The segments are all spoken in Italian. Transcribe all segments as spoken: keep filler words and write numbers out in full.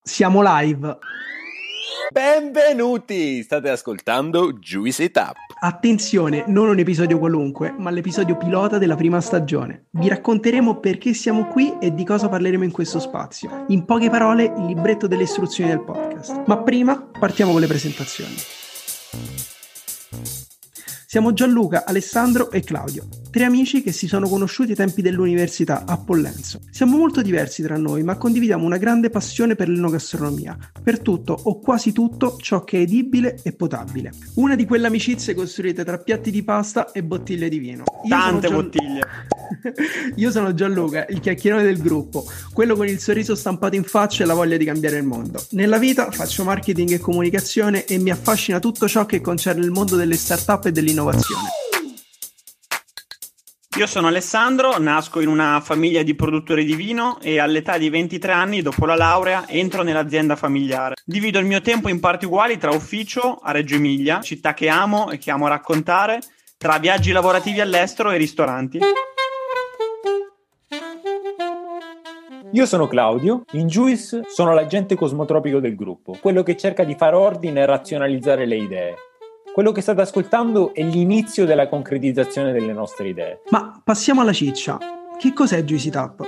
Siamo live. Benvenuti! State ascoltando Juice It Up. Attenzione, non un episodio qualunque, ma l'episodio pilota della prima stagione. Vi racconteremo perché siamo qui e di cosa parleremo in questo spazio. In poche parole, il libretto delle istruzioni del podcast. Ma prima partiamo con le presentazioni. Siamo Gianluca, Alessandro e Claudio, tre amici che si sono conosciuti ai tempi dell'università a Pollenzo. Siamo molto diversi tra noi, ma condividiamo una grande passione per l'enogastronomia, per tutto o quasi tutto ciò che è edibile e potabile. Una di quelle amicizie costruite tra piatti di pasta e bottiglie di vino. Io Tante Gian... bottiglie. Io sono Gianluca, il chiacchierone del gruppo, quello con il sorriso stampato in faccia e la voglia di cambiare il mondo. Nella vita faccio marketing e comunicazione e mi affascina tutto ciò che concerne il mondo delle start-up e dell'innovazione. Io sono Alessandro, nasco in una famiglia di produttori di vino e all'età di ventitré anni, dopo la laurea, entro nell'azienda familiare. Divido il mio tempo in parti uguali tra ufficio a Reggio Emilia, città che amo e che amo raccontare, tra viaggi lavorativi all'estero e ristoranti. Io sono Claudio, in Juice sono l'agente cosmotropico del gruppo, quello che cerca di fare ordine e razionalizzare le idee. Quello che state ascoltando è l'inizio della concretizzazione delle nostre idee. Ma passiamo alla ciccia. Che cos'è Juice It Up?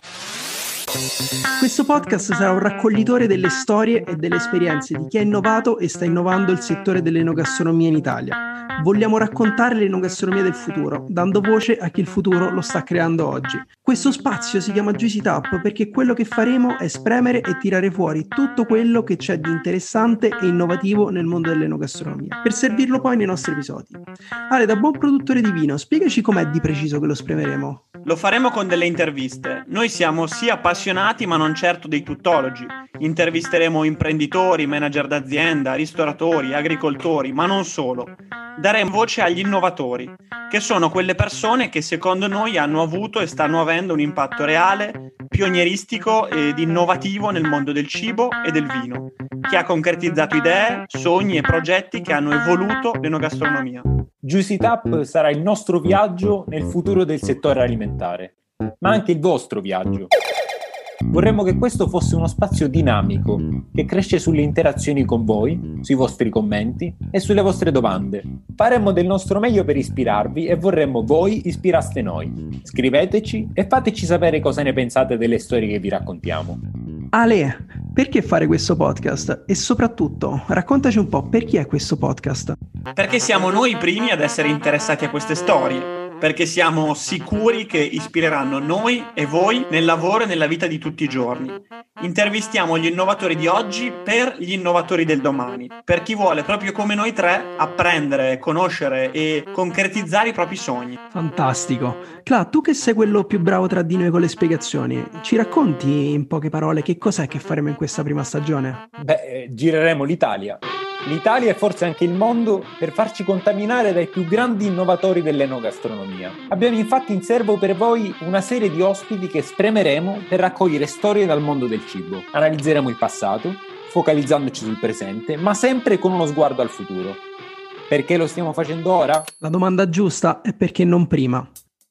Questo podcast sarà un raccoglitore delle storie e delle esperienze di chi ha innovato e sta innovando il settore dell'enogastronomia in Italia. Vogliamo raccontare l'enogastronomia del futuro, dando voce a chi il futuro lo sta creando oggi. Questo spazio si chiama Juice It Up perché quello che faremo è spremere e tirare fuori tutto quello che c'è di interessante e innovativo nel mondo dell'enogastronomia, per servirlo poi nei nostri episodi. Ale, da buon produttore di vino, spiegaci com'è di preciso che lo spremeremo. Lo faremo con delle interviste. Noi siamo sì appassionati ma non certo dei tuttologi. Intervisteremo imprenditori, manager d'azienda, ristoratori, agricoltori, ma non solo. Daremo voce agli innovatori, che sono quelle persone che secondo noi hanno avuto e stanno avendo un impatto reale, pionieristico ed innovativo nel mondo del cibo e del vino, che ha concretizzato idee, sogni e progetti che hanno evoluto l'enogastronomia. Juice It Up sarà il nostro viaggio nel futuro del settore alimentare, ma anche il vostro viaggio. Vorremmo che questo fosse uno spazio dinamico, che cresce sulle interazioni con voi, sui vostri commenti e sulle vostre domande. Faremmo del nostro meglio per ispirarvi e vorremmo voi ispiraste noi. Scriveteci e fateci sapere cosa ne pensate delle storie che vi raccontiamo. Ale, perché fare questo podcast? E soprattutto, raccontaci un po' per chi è questo podcast? Perché siamo noi i primi ad essere interessati a queste storie. Perché siamo sicuri che ispireranno noi e voi nel lavoro e nella vita di tutti i giorni. Intervistiamo gli innovatori di oggi per gli innovatori del domani, per chi vuole, proprio come noi tre, apprendere, conoscere e concretizzare i propri sogni. Fantastico. Cla, tu che sei quello più bravo tra di noi con le spiegazioni, ci racconti in poche parole che cos'è che faremo in questa prima stagione? Beh, eh, gireremo l'Italia. L'Italia e forse anche il mondo per farci contaminare dai più grandi innovatori dell'enogastronomia. Abbiamo infatti in serbo per voi una serie di ospiti che spremeremo per raccogliere storie dal mondo del cibo. Analizzeremo il passato, focalizzandoci sul presente, ma sempre con uno sguardo al futuro. Perché lo stiamo facendo ora? La domanda giusta è perché non prima.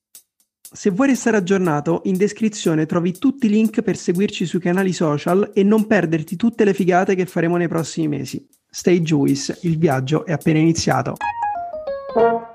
Se vuoi restare aggiornato, in descrizione trovi tutti i link per seguirci sui canali social e non perderti tutte le figate che faremo nei prossimi mesi. Stay Juice, il viaggio è appena iniziato.